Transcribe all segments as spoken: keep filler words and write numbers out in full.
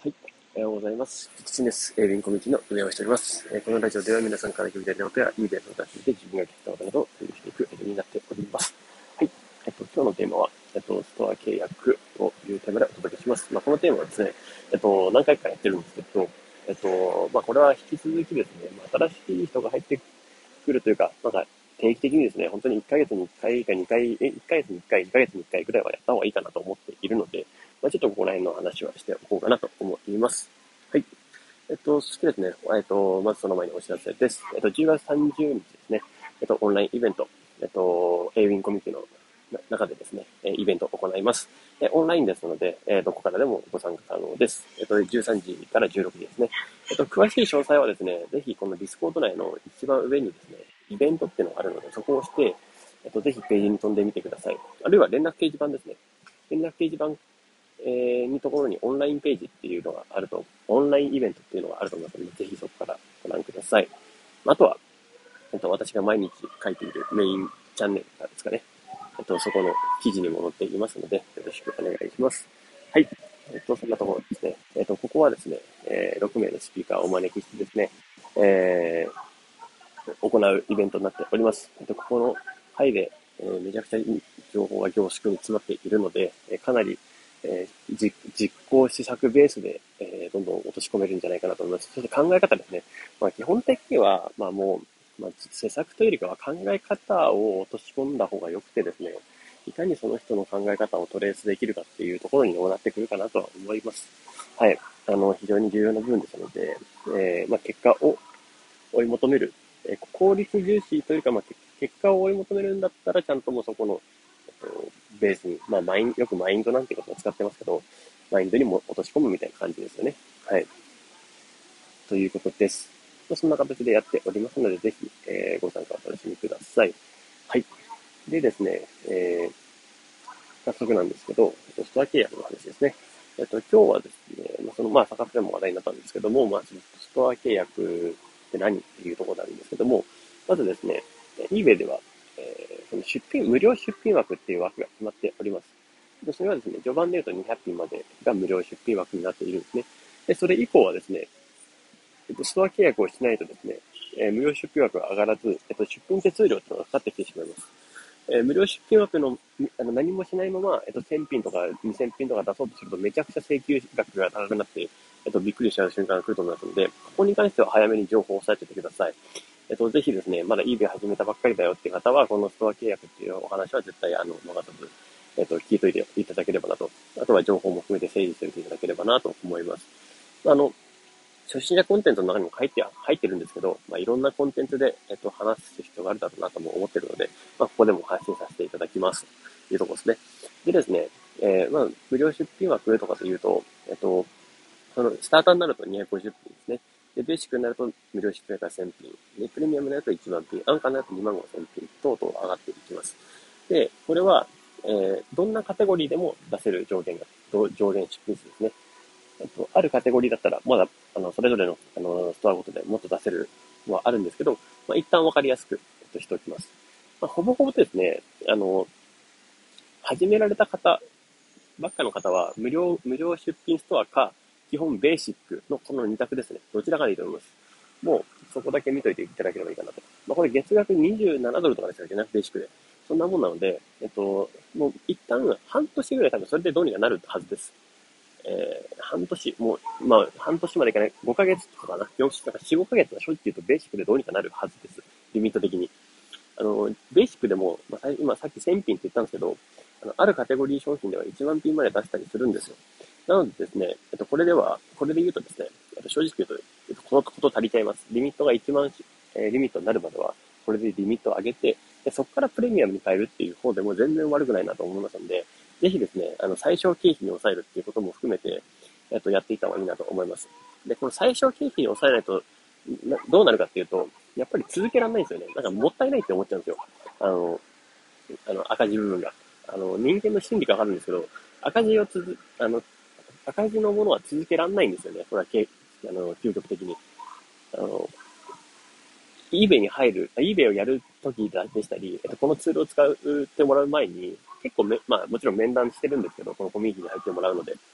はい。おはようございます。キツネス エー 便コミュニティの運営をしております。えーこのラジオでは皆さんから聞いたいことやいいデータを出していて自分が聞いたことなどを共有していくラジオになっております。はい。えっと、今日のテーマは、えっと、ストア契約というテーマでお届けします。まあ、このテーマはですね、えっと、何回かやってるんですけど、えっと、まあ、これは引き続きですね、まあ、新しい人が入ってくるというか、なんか、定期的にですね、本当にいっかげつにいっかいかにかい、え、いっかげつにいっかい、にかげつにいっかいぐらいはやった方がいいかなと思っているので、まあ、ちょっとここら辺の話はしておこうかなと思います。はい。えっと、そしてですね、えっと、まずその前にお知らせです。えっと、じゅうがつさんじゅうにちですね、えっと、オンラインイベント、えっと、エーウィンコミュニティの中でですね、イベントを行います。オンラインですので、どこからでもご参加可能です。えっと、じゅうさんじからじゅうろくじですね。えっと、詳しい詳細はですね、ぜひこのディスコード内の一番上にですね、イベントっていうのがあるので、そこを押して、えっと、ぜひページに飛んでみてください。あるいは連絡掲示板ですね。連絡掲示板えー、にところにオンラインページっていうのがあると、オンラインイベントっていうのがあると思いますので、ぜひそこからご覧ください。あとは、えっと、私が毎日書いているメインチャンネルからですかね。えっと、そこの記事にも載っていますので、よろしくお願いします。はい。えっと、そんなところですね。えっと、ここはですね、えー、ろくめいのスピーカーをお招きしてですね、えー、行うイベントになっております。えっと、ここの回で、えー、めちゃくちゃいい情報が凝縮に詰まっているので、えー、かなりえー、実実行施策ベースで、えー、どんどん落とし込めるんじゃないかなと思います。そして考え方ですね。まあ、基本的には、まあもう、まあ、施策というよりかは考え方を落とし込んだ方が良くてですね、いかにその人の考え方をトレースできるかっていうところになってくるかなとは思います。はい。あの、非常に重要な部分ですので、えー、まあ、結果を追い求める。えー、効率重視というか、まあ、結果を追い求めるんだったら、ちゃんともうそこの、えっと、ベースに、まあ、マイン、よくマインドなんていうことを使ってますけど、マインドにも落とし込むみたいな感じですよね。はい。ということです。そんな形でやっておりますので、ぜひ、えー、ご参加お楽しみください。はい。でですね、えー、早速なんですけど、ストア契約の話ですね。えっと、今日はですね、まあ、その、まあ、サカフでも話題になったんですけども、まあ、ストア契約って何っていうところなんですけども、まずですね、eBay では、えー、その出品、無料出品枠っていう枠が決まっております。で、それはですね、序盤で言うとにひゃく品までが無料出品枠になっているんですね。で、それ以降はですね、えっと、ストア契約をしないとですね、えー無料出品枠が上がらず、えっと、出品手数料っていうのがかかってきてしまいます。えー無料出品枠のあの何もしないまま、えっと、せん品とかにせん品とか出そうとするとめちゃくちゃ請求額が高くなって、えっと、びっくりしちゃう瞬間が来ると思いますので、ここに関しては早めに情報を押さえておいてください。えっと、ぜひですね、まだ eBay 始めたばっかりだよっていう方は、このストア契約っていうお話は絶対、あの、逃さず、えっと、聞いといていただければなと。あとは情報も含めて整理しておいていただければなと思います。あの、初心者コンテンツの中にも入って、入ってるんですけど、まあ、いろんなコンテンツで、えっと、話す必要があるだろうなとも思ってるので、まあ、ここでも配信させていただきます。というところですね。でですね、えー、まあ、無料出品枠とかというと、えっと、その、スターターになるとにひゃくごじゅう品ですね。で、ベーシックになると無料出品からせん品。で、プレミアムになるといちまん品。アンカーになるとにまんごせん品。等々上がっていきます。で、これは、えー、どんなカテゴリーでも出せる上限が、上限出品数ですね。えっと、あるカテゴリーだったら、まだ、あの、それぞれの、あの、ストアごとでもっと出せるのはあるんですけど、まあ、一旦わかりやすく、えっと、しておきます。まあ、ほぼほぼですね、あの、始められた方ばっかの方は、無料、無料出品ストアか、基本ベーシックのこのに択ですね。どちらかでいいと思います。もう、そこだけ見といていただければいいかなと。まあ、これ月額にじゅうななドルとかでしたっけね、ベーシックで。そんなもんなので、えっと、もう一旦半年ぐらい多分それでどうにかなるはずです。えー、半年、もう、まあ、半年までいかない、ごかげつとかかな、よん、なんかよん、ごかげつは正直言うとベーシックでどうにかなるはずです。リミット的に。あの、ベーシックでも、まあ、今さっきせん品って言ったんですけど、あの、あるカテゴリー商品ではいちまん品まで出したりするんですよ。なのでですね、えっと、これでは、これで言うとですね、えっと、正直言うと、えっと、このこと足りちゃいます。リミットがいちまん、えー、リミットになるまでは、これでリミットを上げて、で、そこからプレミアムに変えるっていう方でも全然悪くないなと思いますので、ぜひですね、あの、最小経費に抑えるっていうことも含めて、えっと、やっていった方がいいなと思います。で、この最小経費に抑えないと、などうなるかっていうと、やっぱり続けられないんですよね。なんかもったいないって思っちゃうんですよ。あの、あの赤字部分が。あの、人間の心理がわかるんですけど、赤字をつづ、あの、赤字のものは続けられないんですよね。これはけ、あの、究極的に。あの、eBay に入る、eBay をやるときでしたり、えっと、このツールを使ってもらう前に、結構め、まあもちろん面談してるんですけど、このコミュニティに入ってもらうので、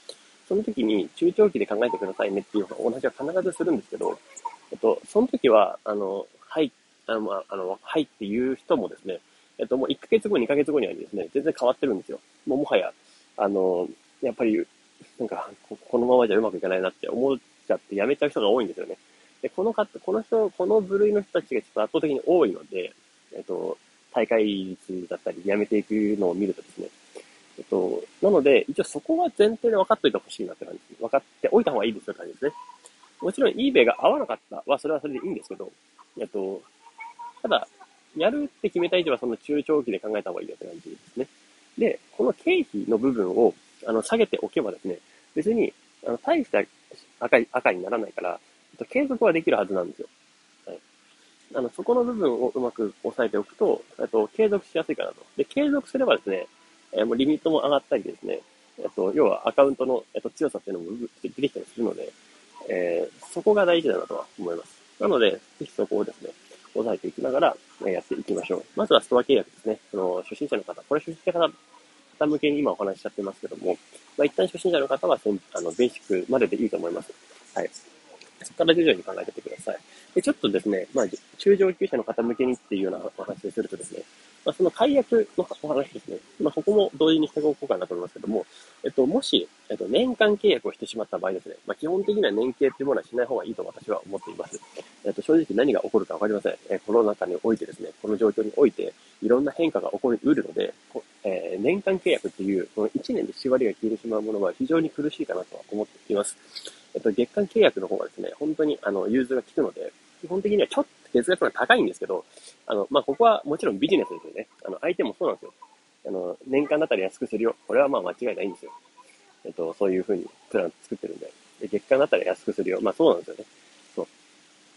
その時に中長期で考えてくださいねっていうお話は必ずするんですけど、えっと、その時は、あの、はい、あの、まあ、あの、はいっていう人もですね、えっと、もういっかげつご、にかげつごにはですね、全然変わってるんですよ。もうもはや、あの、やっぱり、なんか、ここのままじゃうまくいかないなって思っちゃってやめちゃう人が多いんですよね。で、この方、この人、この部類の人たちがちょっと圧倒的に多いので、えっと、大会率だったり、やめていくのを見るとですね、えっと、なので、一応そこは前提で分かっといてほしいなって感じです。分かっておいた方がいいですよって感じですね。もちろん eBay が合わなかったは、それはそれでいいんですけど、えっと、ただ、やるって決めた以上はその中長期で考えた方がいいよって感じですね。で、この経費の部分を、あの、下げておけばですね、別に、あの、大した赤い、赤にならないから、継続はできるはずなんですよ。はい。あの、そこの部分をうまく押さえておくと、えっと、継続しやすいかなと。で、継続すればですね、えー、もうリミットも上がったりですね、えっと、要はアカウントの、えっと、強さっていうのも出てきたりするので、えー、そこが大事だなとは思います。なので、ぜひそこをですね、押さえていきながら、えー、やっていきましょう。まずはストア契約ですね。その、初心者の方、これ初心者の方、方向けに今お話ししちゃってますけども、まあ、一旦初心者の方はせん、あの、ベーシックまででいいと思います。はい。そこから徐々に考えていってください。で、ちょっとですね、まあ、中上級者の方向けにっていうようなお話をするとですね、まあ、その解約のお話ですね。まあ、ここも同時にしておこうかなと思いますけども、えっと、もし、えっと、年間契約をしてしまった場合ですね、まあ、基本的には年契っていうものはしない方がいいと私は思っています。えっと、正直何が起こるかわかりません。えー、コロナ禍においてですね、この状況において、いろんな変化が起こり得るので、えー、年間契約っていう、このいちねんで縛りが消えてしまうものは非常に苦しいかなとは思っています。えっと、月間契約の方がですね、本当に、あの、融通が効くので、基本的にはちょっと月額が高いんですけど、あの、まあ、ここはもちろんビジネスですよね。あの、相手もそうなんですよ。あの、年間だったら安くするよ。これはまあ間違いないんですよ。えっと、そういうふうにプラン作ってるんで。で、月間だったら安くするよ。まあそうなんですよね。そう。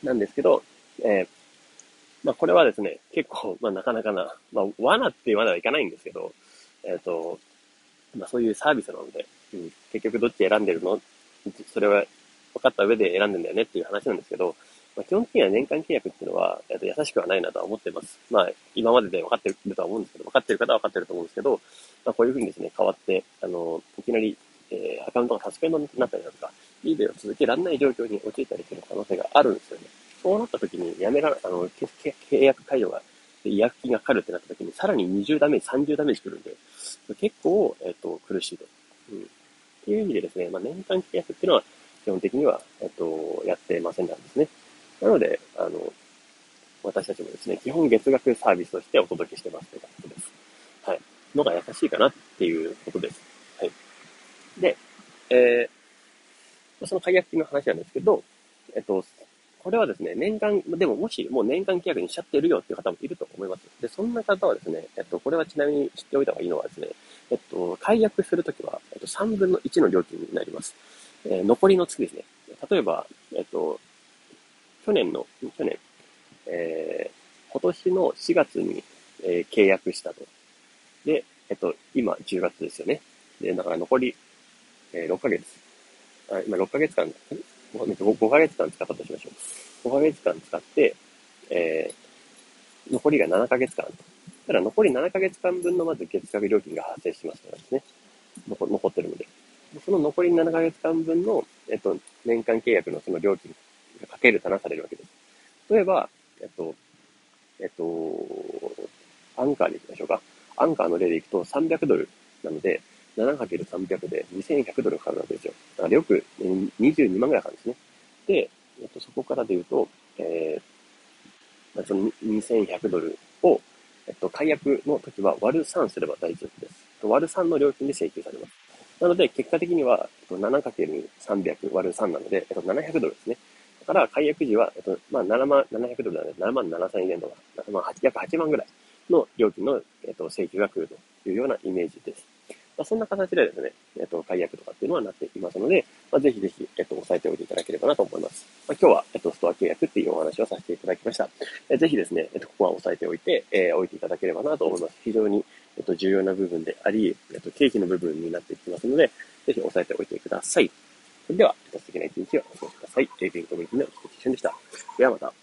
なんですけど、えー、まあこれはですね、結構、まあなかなかな、まあ罠っていうまではいかないんですけど、えっと、まあそういうサービスなので、うん、結局どっち選んでるのそれは分かった上で選んでんだよねっていう話なんですけど、まあ、基本的には年間契約っていうのは、えっと、優しくはないなとは思っています。まあ、今までで分かってるとは思うんですけど、分かってる方は分かってると思うんですけど、まあ、こういうふうにですね、変わって、あの、いきなり、えー、アカウントがサスペンドになったりだとか、eBay を続けられない状況に陥ったりする可能性があるんですよね。そうなった時に、やめら、あの、契約解除が、違約金がかかるってなった時に、さらににじゅうダメージ、さんじゅうダメージくるんで、結構、えっと、苦しいと。うん。っていう意味でですね、まあ、年間契約っていうのは、基本的には、えっと、やってませんなんですね。なので、あの、私たちもですね、基本月額サービスとしてお届けしてますということです。はい。のが優しいかなっていうことです。はい。で、えー、その解約金の話なんですけど、えっと、これはですね、年間、でももしもう年間契約にしちゃってるよっていう方もいると思います。で、そんな方はですね、えっと、これはちなみに知っておいた方がいいのはですね、えっと、解約するときは、えっと、さんぶんのいちの料金になります。えー、残りの月ですね。例えば、えっと、去年の、去年、えー、今年のしがつに、えー、契約したと。で、えっと、今じゅうがつですよね。で、だから残り、えー、ろっかげつ。あ、今ろっかげつかん、ご, ごヶ月間使ったとしましょう。ごかげつかん使って、えー、残りがななかげつかんと。ただ残りななかげつかんぶんのまず月額料金が発生しますからですね。残残ってるので。その残りななかげつかんぶんの、えっと、年間契約のその料金がかけるとなされるわけです。例えば、えっと、えっと、アンカーでいきましょうか。アンカーの例でいくとさんびゃくドルなので、ななかけるさんびゃく でにせんひゃくドルかかるわけですよ。だからよくにじゅうにまんぐらいかかるんですね。で、えっと、そこからで言うと、えー、まあ、そのにせんひゃくドルを、えっと、解約の時は割るさんすれば大丈夫です。割るさんの料金で請求されます。なので、結果的には、ななかけるさんびゃく割るさんなので、えっと、ななひゃくドルですね。だから、解約時は、えっと、まあ、ななまん、ななひゃくドルなので、ななまんななせんえんとか、まあ、約はちまんぐらいの料金の、えっと、請求が来るというようなイメージです。まあ、そんな形でですね、えっと、解約とかっていうのはなっていますので、まあ、ぜひぜひ、えっと、押さえておいていただければなと思います。まあ、今日は、えっと、ストア契約っていうお話をさせていただきました。えぜひですね、えっと、ここは押さえておいて、えー、置いていただければなと思います。非常に、えっと、重要な部分であり、えっと、経費の部分になっていきますので、ぜひ押さえておいてください。それでは、素敵な一日をお過ごしください。エイビンコミュニティの菊池俊でした。ではまた。